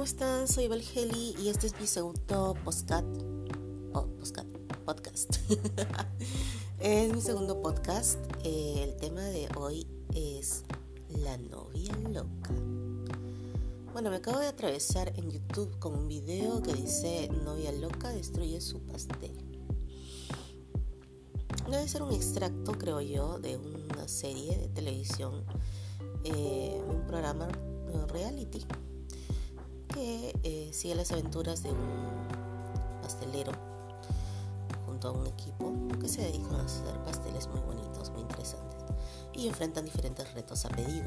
¿cómo están? Soy Valgeli y este es mi segundo podcast. Es mi segundo podcast. El tema de hoy es la novia loca. Bueno, me acabo de atravesar en YouTube con un video que dice: novia loca destruye su pastel. Debe ser un extracto, creo yo, de una serie de televisión, un programa reality que sigue las aventuras de un pastelero junto a un equipo que se dedican a hacer pasteles muy bonitos, muy interesantes, y enfrentan diferentes retos a pedido.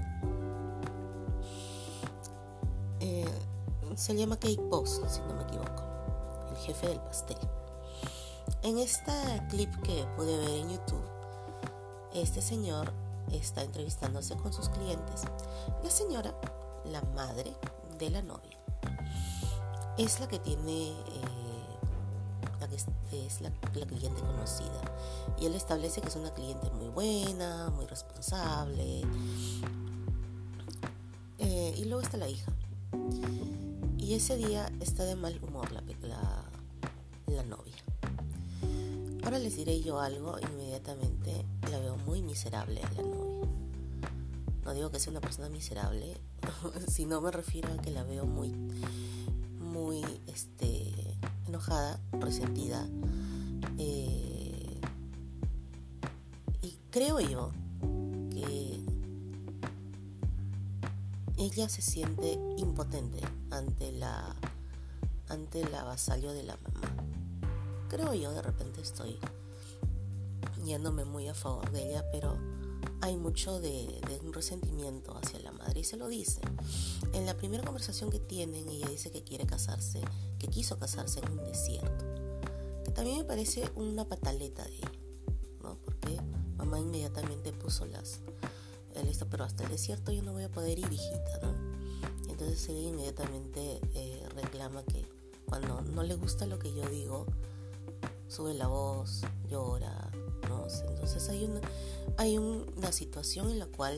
Se llama Cake Boss, si no me equivoco, el jefe del pastel. En este clip que pude ver en YouTube, este señor está entrevistándose con sus clientes. La señora, la madre de la novia, es la que tiene es la cliente conocida, y él establece que es una cliente muy buena, muy responsable, y luego está la hija, y ese día está de mal humor la novia. Ahora les diré yo algo. Inmediatamente la veo muy miserable a la novia. No digo que sea una persona miserable, sino me refiero a que la veo muy enojada, resentida, y creo yo que ella se siente impotente ante el avasallo de la mamá. Creo yo, de repente estoy yéndome muy a favor de ella, pero hay mucho de un resentimiento hacia la madre, y se lo dice. En la primera conversación que tienen, ella dice que quiere casarse, que quiso casarse en un desierto, que también me parece una pataleta de ella, ¿no? Porque mamá inmediatamente puso listo, pero hasta el desierto yo no voy a poder ir, hijita, ¿no? Entonces ella inmediatamente reclama que cuando no le gusta lo que yo digo, sube la voz, llora, ¿no? Entonces hay una situación en la cual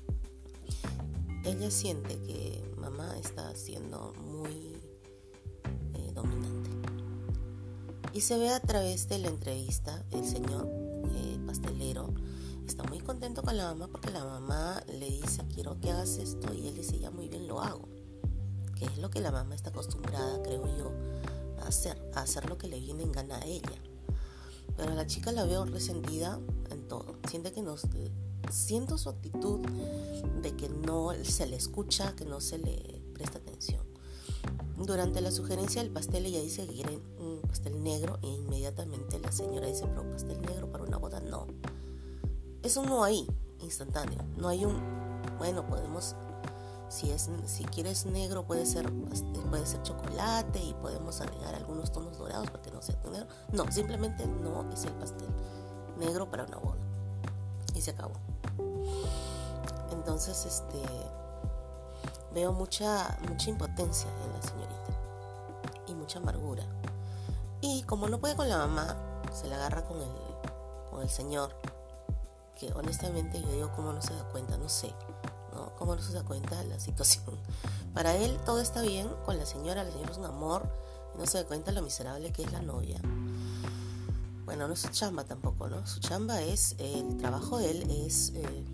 ella siente que mamá está siendo muy dominante. Y se ve a través de la entrevista, el señor pastelero está muy contento con la mamá, porque la mamá le dice: quiero que hagas esto, y él dice: ya, muy bien, lo hago. Que es lo que la mamá está acostumbrada, creo yo, a hacer lo que le viene en gana a ella. Pero a la chica la veo resentida en todo. Siento su actitud de que no se le escucha, que no se le presta atención. Durante la sugerencia del pastel, ella dice que quiere un pastel negro, e inmediatamente la señora dice: pero pastel negro para una boda, no. Es un no ahí, instantáneo. No hay bueno, podemos, si quieres negro, puede ser chocolate, y podemos agregar algunos tonos dorados para que no sea tan negro. No, simplemente no es el pastel negro para una boda, y se acabó. Entonces veo mucha impotencia en la señorita y mucha amargura, y como no puede con la mamá, se la agarra con el señor, que honestamente yo digo: ¿cómo no se da cuenta? No sé, ¿no? ¿Cómo no se da cuenta de la situación? Para él todo está bien con la señora es un amor, y no se da cuenta lo miserable que es la novia. Bueno, no es su chamba tampoco, ¿no? Su chamba es, el trabajo de él es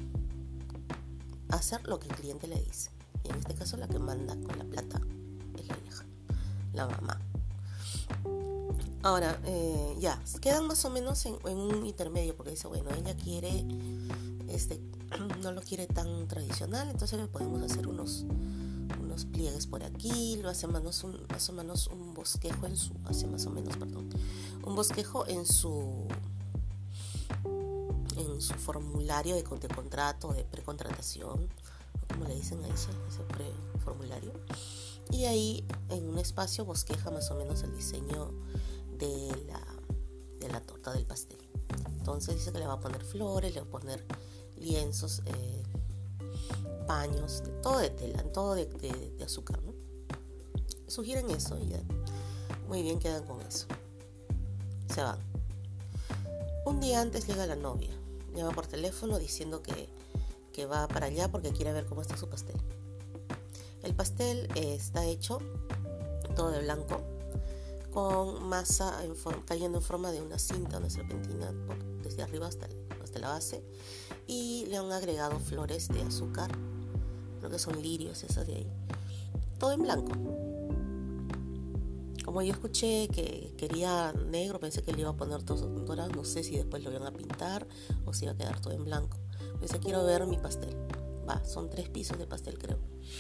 hacer lo que el cliente le dice, y en este caso la que manda con la plata es la vieja, la mamá. Ahora, ya, quedan más o menos en un intermedio, porque dice: bueno, ella quiere, no lo quiere tan tradicional, entonces le podemos hacer unos pliegues por aquí, lo hace un bosquejo un bosquejo en su formulario de contrato, de precontratación, como le dicen a ese formulario, y ahí en un espacio bosqueja más o menos el diseño de la torta del pastel. Entonces dice que le va a poner flores, le va a poner lienzos, paños, todo de tela, todo de azúcar, ¿no? Sugieren eso y ya, muy bien, quedan con eso. Se van. Un día antes llega la novia, llama por teléfono diciendo que va para allá porque quiere ver cómo está su pastel. El pastel está hecho todo de blanco, con masa cayendo en forma de una cinta, una serpentina, desde arriba hasta la base, y le han agregado flores de azúcar, creo que son lirios, esas de ahí, todo en blanco. Como yo escuché que quería negro, pensé que le iba a poner todo dorado, no sé si después lo iban a pintar o si iba a quedar todo en blanco. Pensé, quiero ver mi pastel. Son 3 pisos de pastel, creo.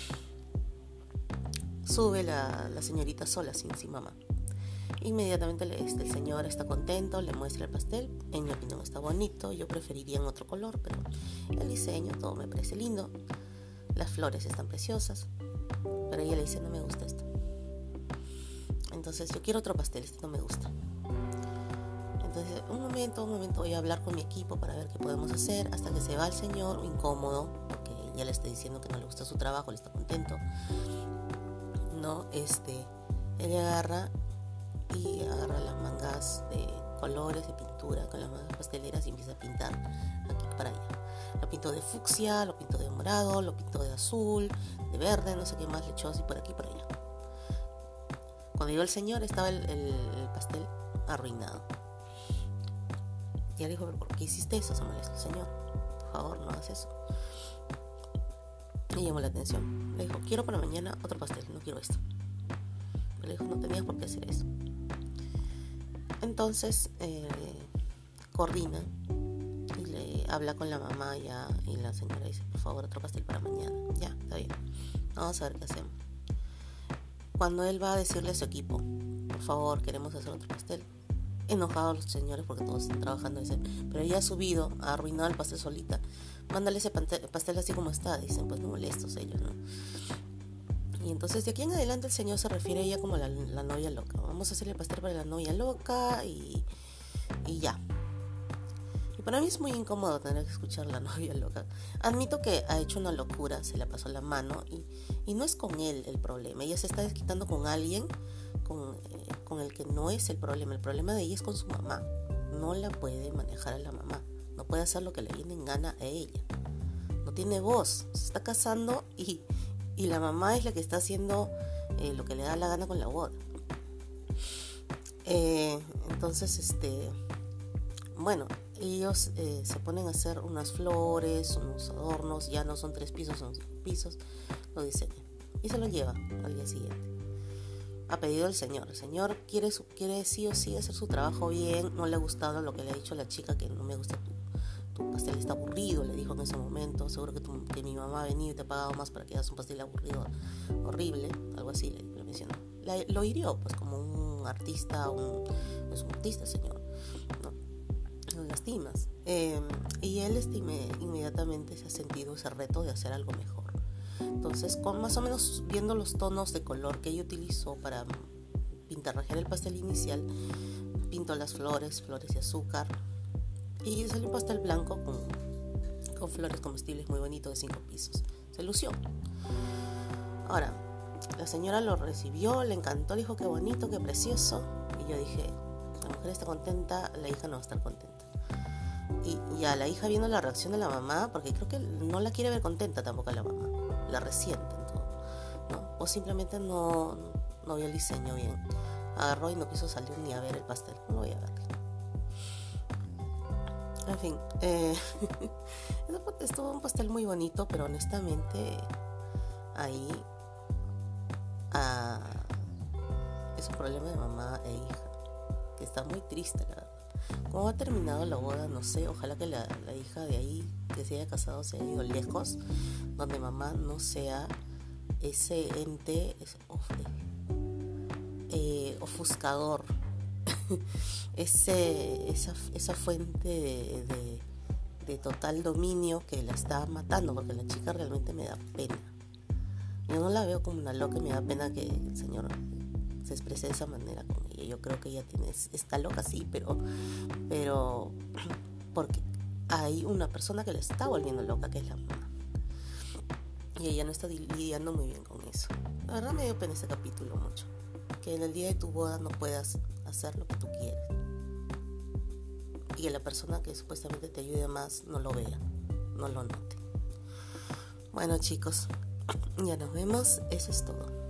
Sube la señorita sola, sin mamá. Inmediatamente el señor está contento, le muestra el pastel. En mi opinión está bonito, yo preferiría en otro color, pero el diseño, todo me parece lindo. Las flores están preciosas, pero ella le dice, no me gusta esto. Entonces, yo quiero otro pastel, este no me gusta. Entonces, un momento, voy a hablar con mi equipo para ver qué podemos hacer, hasta que se va el señor, incómodo, porque ya le está diciendo que no le gusta su trabajo, le está contento. No, ella agarra las mangas de colores de pintura con las mangas pasteleras y empieza a pintar aquí para allá. Lo pinto de fucsia, lo pinto de morado, lo pinto de azul, de verde, no sé qué más le echó así por aquí por allá. Cuando llegó el señor estaba el pastel arruinado. Y él dijo, ¿por qué hiciste eso? Se molesta el señor. Por favor, no hagas eso. Y llamó la atención. Le dijo, quiero para mañana otro pastel, no quiero esto. Pero le dijo, no tenías por qué hacer eso. Entonces coordina y le habla con la mamá ya, y la señora dice, por favor, otro pastel para mañana. Ya, está bien. Vamos a ver qué hacemos. Cuando él va a decirle a su equipo, por favor, queremos hacer otro pastel, enojados los señores porque todos están trabajando, dicen, pero ella ha subido, ha arruinado el pastel solita, mándale ese pastel así como está, dicen, pues no molestos ellos, ¿no? Y entonces de aquí en adelante el señor se refiere a ella como la novia loca. Vamos a hacerle el pastel para la novia loca y ya. Y para mí es muy incómodo tener que escuchar la novia loca. Admito que ha hecho una locura, se le pasó la mano y no es con él el problema. Ella se está desquitando con alguien con el que no es el problema. El problema de ella es con su mamá. No la puede manejar a la mamá. No puede hacer lo que le viene en gana a ella. No tiene voz. Se está casando y la mamá es la que está haciendo lo que le da la gana con la boda. Entonces, bueno, ellos se ponen a hacer unas flores, unos adornos, ya no son 3 pisos, son 5 pisos, lo diseñan y se lo lleva al día siguiente. A pedido del señor. El señor quiere sí o sí hacer su trabajo bien. No le ha gustado lo que le ha dicho la chica, que no me gusta tu pastel, está aburrido, le dijo en ese momento. Seguro que mi mamá ha venido y te ha pagado más para que hagas un pastel aburrido, horrible, algo así le mencionó. Lo hirió, pues, como un artista, no es un artista, señor, ¿no? Lo lastimas. Y él inmediatamente se ha sentido ese reto de hacer algo mejor. Entonces, con más o menos viendo los tonos de color que ella utilizó para pintarrajear el pastel inicial, pintó las flores de azúcar, y salió un pastel blanco con flores comestibles muy bonito de 5 pisos. Se lució. Ahora, la señora lo recibió, le encantó, le dijo qué bonito, qué precioso. Y yo dije, la mujer está contenta, la hija no va a estar contenta. Y ya la hija, viendo la reacción de la mamá, porque creo que no la quiere ver contenta tampoco a la mamá, la resiente en todo, ¿no? O simplemente no vio el diseño bien. Agarró y no quiso salir ni a ver el pastel. No voy a ver. En fin, estuvo un pastel muy bonito, pero honestamente ahí es un problema de mamá e hija, que está muy triste, la verdad. Cómo ha terminado la boda, no sé. Ojalá que la hija de ahí, que se haya casado, se haya ido lejos, donde mamá no sea ese ente ofuscador, esa fuente de total dominio que la está matando, porque la chica realmente me da pena. Yo no la veo como una loca y me da pena que el señor se exprese de esa manera con ella. Yo creo que ella está loca, sí, pero porque hay una persona que la está volviendo loca, que es la mamá, y ella no está lidiando muy bien con eso. La verdad me dio pena ese capítulo mucho, que en el día de tu boda no puedas hacer lo que tú quieres y que la persona que supuestamente te ayude más no lo vea, no lo note. Bueno, chicos, Ya nos vemos, eso es todo.